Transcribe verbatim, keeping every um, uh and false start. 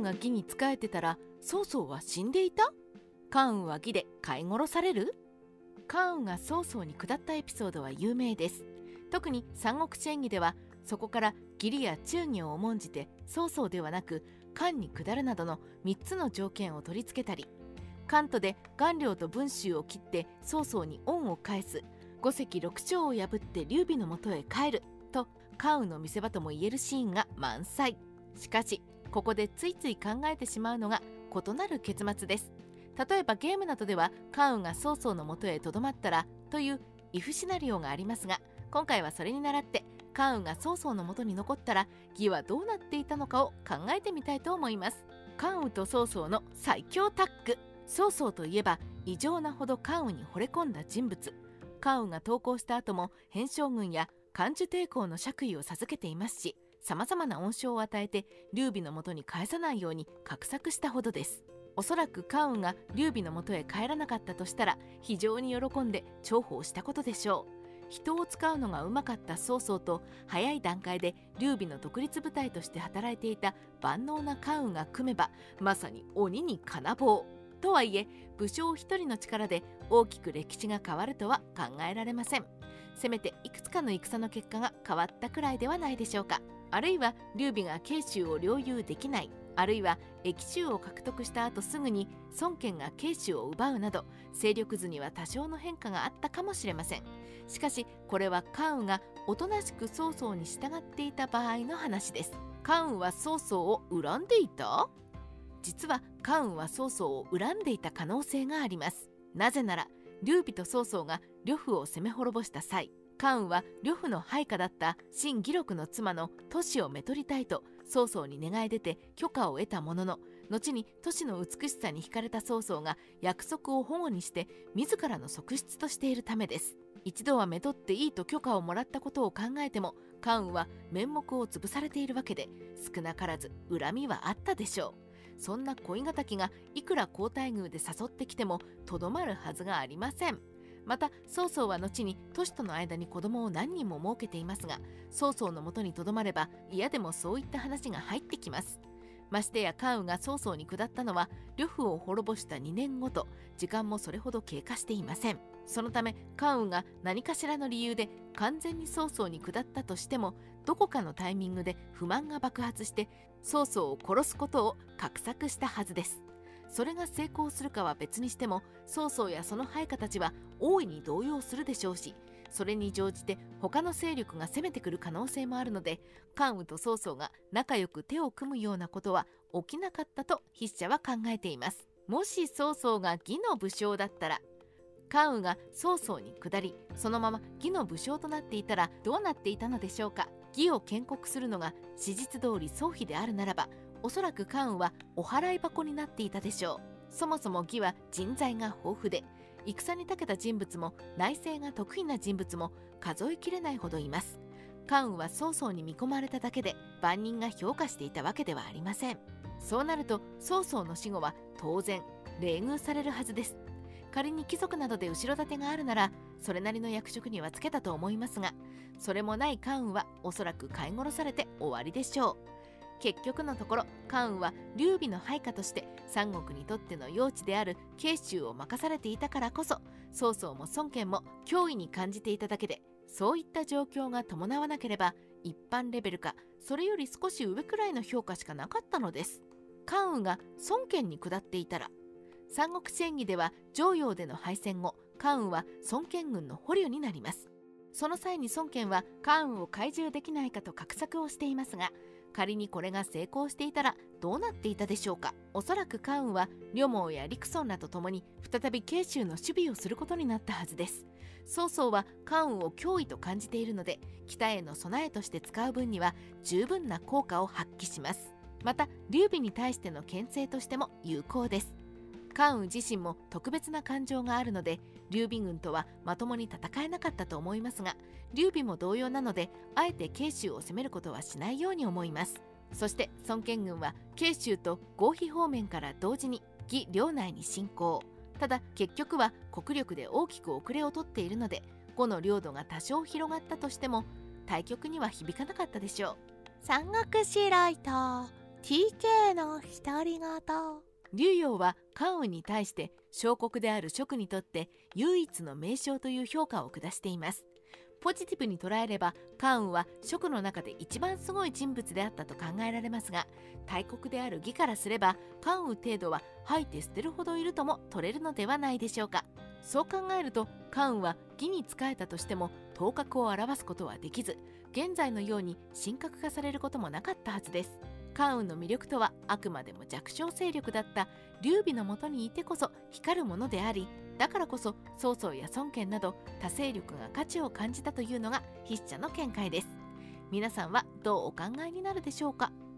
が義に仕えてたら曹操は死んでいた？関羽は義で飼い殺される？関羽が曹操に下ったエピソードは有名です。特に三国志演義ではそこから義理や忠義を重んじて曹操ではなく関に下るなどのみっつの条件を取り付けたり、関東で顔料と文州を切って曹操に恩を返す、五関六将を破って劉備のもとへ帰ると関羽の見せ場ともいえるシーンが満載。しかしここでついつい考えてしまうのが異なる結末です。例えばゲームなどでは関羽が曹操のもとへとどまったらというイフシナリオがありますが、今回はそれに倣って関羽が曹操のもとに残ったら義はどうなっていたのかを考えてみたいと思います。関羽と曹操の最強タッグ。曹操といえば異常なほど関羽に惚れ込んだ人物。関羽が投降した後も偏将軍や漢寿帝公の爵位を授けていますし、さまざまな恩賞を与えて劉備のもとに返さないように画策したほどです。おそらく関羽が劉備のもとへ帰らなかったとしたら非常に喜んで重宝したことでしょう。人を使うのがうまかった曹操と早い段階で劉備の独立部隊として働いていた万能な関羽が組めばまさに鬼に金棒。とはいえ武将一人の力で大きく歴史が変わるとは考えられません。せめていくつかの戦の結果が変わったくらいではないでしょうか。あるいは劉備が慶州を領有できない、あるいは益州を獲得した後すぐに孫権が慶州を奪うなど勢力図には多少の変化があったかもしれません。しかしこれは関羽がおとなしく曹操に従っていた場合の話です。関羽は曹操を恨んでいた？実は関羽は曹操を恨んでいた可能性があります。なぜなら劉備と曹操が呂布を攻め滅ぼした際、関羽は呂布の配下だった秦義録の妻の都市をめとりたいと曹操に願い出て許可を得たものの、後に都市の美しさに惹かれた曹操が約束を反故にして自らの側室としているためです。一度はめとっていいと許可をもらったことを考えても関羽は面目を潰されているわけで、少なからず恨みはあったでしょう。そんな恋敵がいくら好待遇で誘ってきてもとどまるはずがありません。また曹操は後に都市との間に子供を何人も設けていますが、曹操のもとにとどまれば嫌でもそういった話が入ってきます。ましてや関羽が曹操に下ったのは呂布を滅ぼしたにねんごと、時間もそれほど経過していません。そのため関羽が何かしらの理由で完全に曹操に下ったとしても、どこかのタイミングで不満が爆発して曹操を殺すことを画策したはずです。それが成功するかは別にしても曹操やその配下たちは大いに動揺するでしょうし、それに乗じて他の勢力が攻めてくる可能性もあるので、関羽と曹操が仲良く手を組むようなことは起きなかったと筆者は考えています。もし曹操が義の武将だったら、関羽が曹操に下りそのまま義の武将となっていたらどうなっていたのでしょうか。義を建国するのが史実通り曹丕であるならば、おそらく関羽はお払い箱になっていたでしょう。そもそも義は人材が豊富で、戦に長けた人物も内政が得意な人物も数えきれないほどいます。関羽は曹操に見込まれただけで万人が評価していたわけではありません。そうなると曹操の死後は当然冷遇されるはずです。仮に貴族などで後ろ盾があるならそれなりの役職にはつけたと思いますが、それもない関羽はおそらく飼い殺されて終わりでしょう。結局のところ関羽は劉備の配下として三国にとっての用地である慶州を任されていたからこそ、曹操も孫権も脅威に感じていただけで、そういった状況が伴わなければ一般レベルかそれより少し上くらいの評価しかなかったのです。関羽が孫権に下っていたら、三国志演義では襄陽での敗戦後、関羽は孫権軍の捕虜になります。その際に孫権は関羽を懐柔できないかと画策をしていますが、仮にこれが成功していたらどうなっていたでしょうか。おそらく関羽は呂蒙や陸遜らと共に再び慶州の守備をすることになったはずです。曹操は関羽を脅威と感じているので、北への備えとして使う分には十分な効果を発揮します。また劉備に対しての牽制としても有効です。関羽自身も特別な感情があるので劉備軍とはまともに戦えなかったと思いますが、劉備も同様なのであえて慶州を攻めることはしないように思います。そして孫権軍は慶州と合肥方面から同時に義領内に侵攻。ただ結局は国力で大きく遅れをとっているので、呉の領土が多少広がったとしても対局には響かなかったでしょう。 三国志ライターティーケー の独り言。 劉陽は関羽に対して小国である蜀にとって唯一の名将という評価を下しています。ポジティブに捉えれば関羽は蜀の中で一番すごい人物であったと考えられますが、大国である魏からすれば関羽程度は吐いて捨てるほどいるとも取れるのではないでしょうか。そう考えると関羽は魏に仕えたとしても頭角を表すことはできず、現在のように神格化されることもなかったはずです。関羽の魅力とはあくまでも弱小勢力だった劉備のもとにいてこそ光るものであり、だからこそ曹操や孫権など他勢力が価値を感じたというのが筆者の見解です。皆さんはどうお考えになるでしょうか。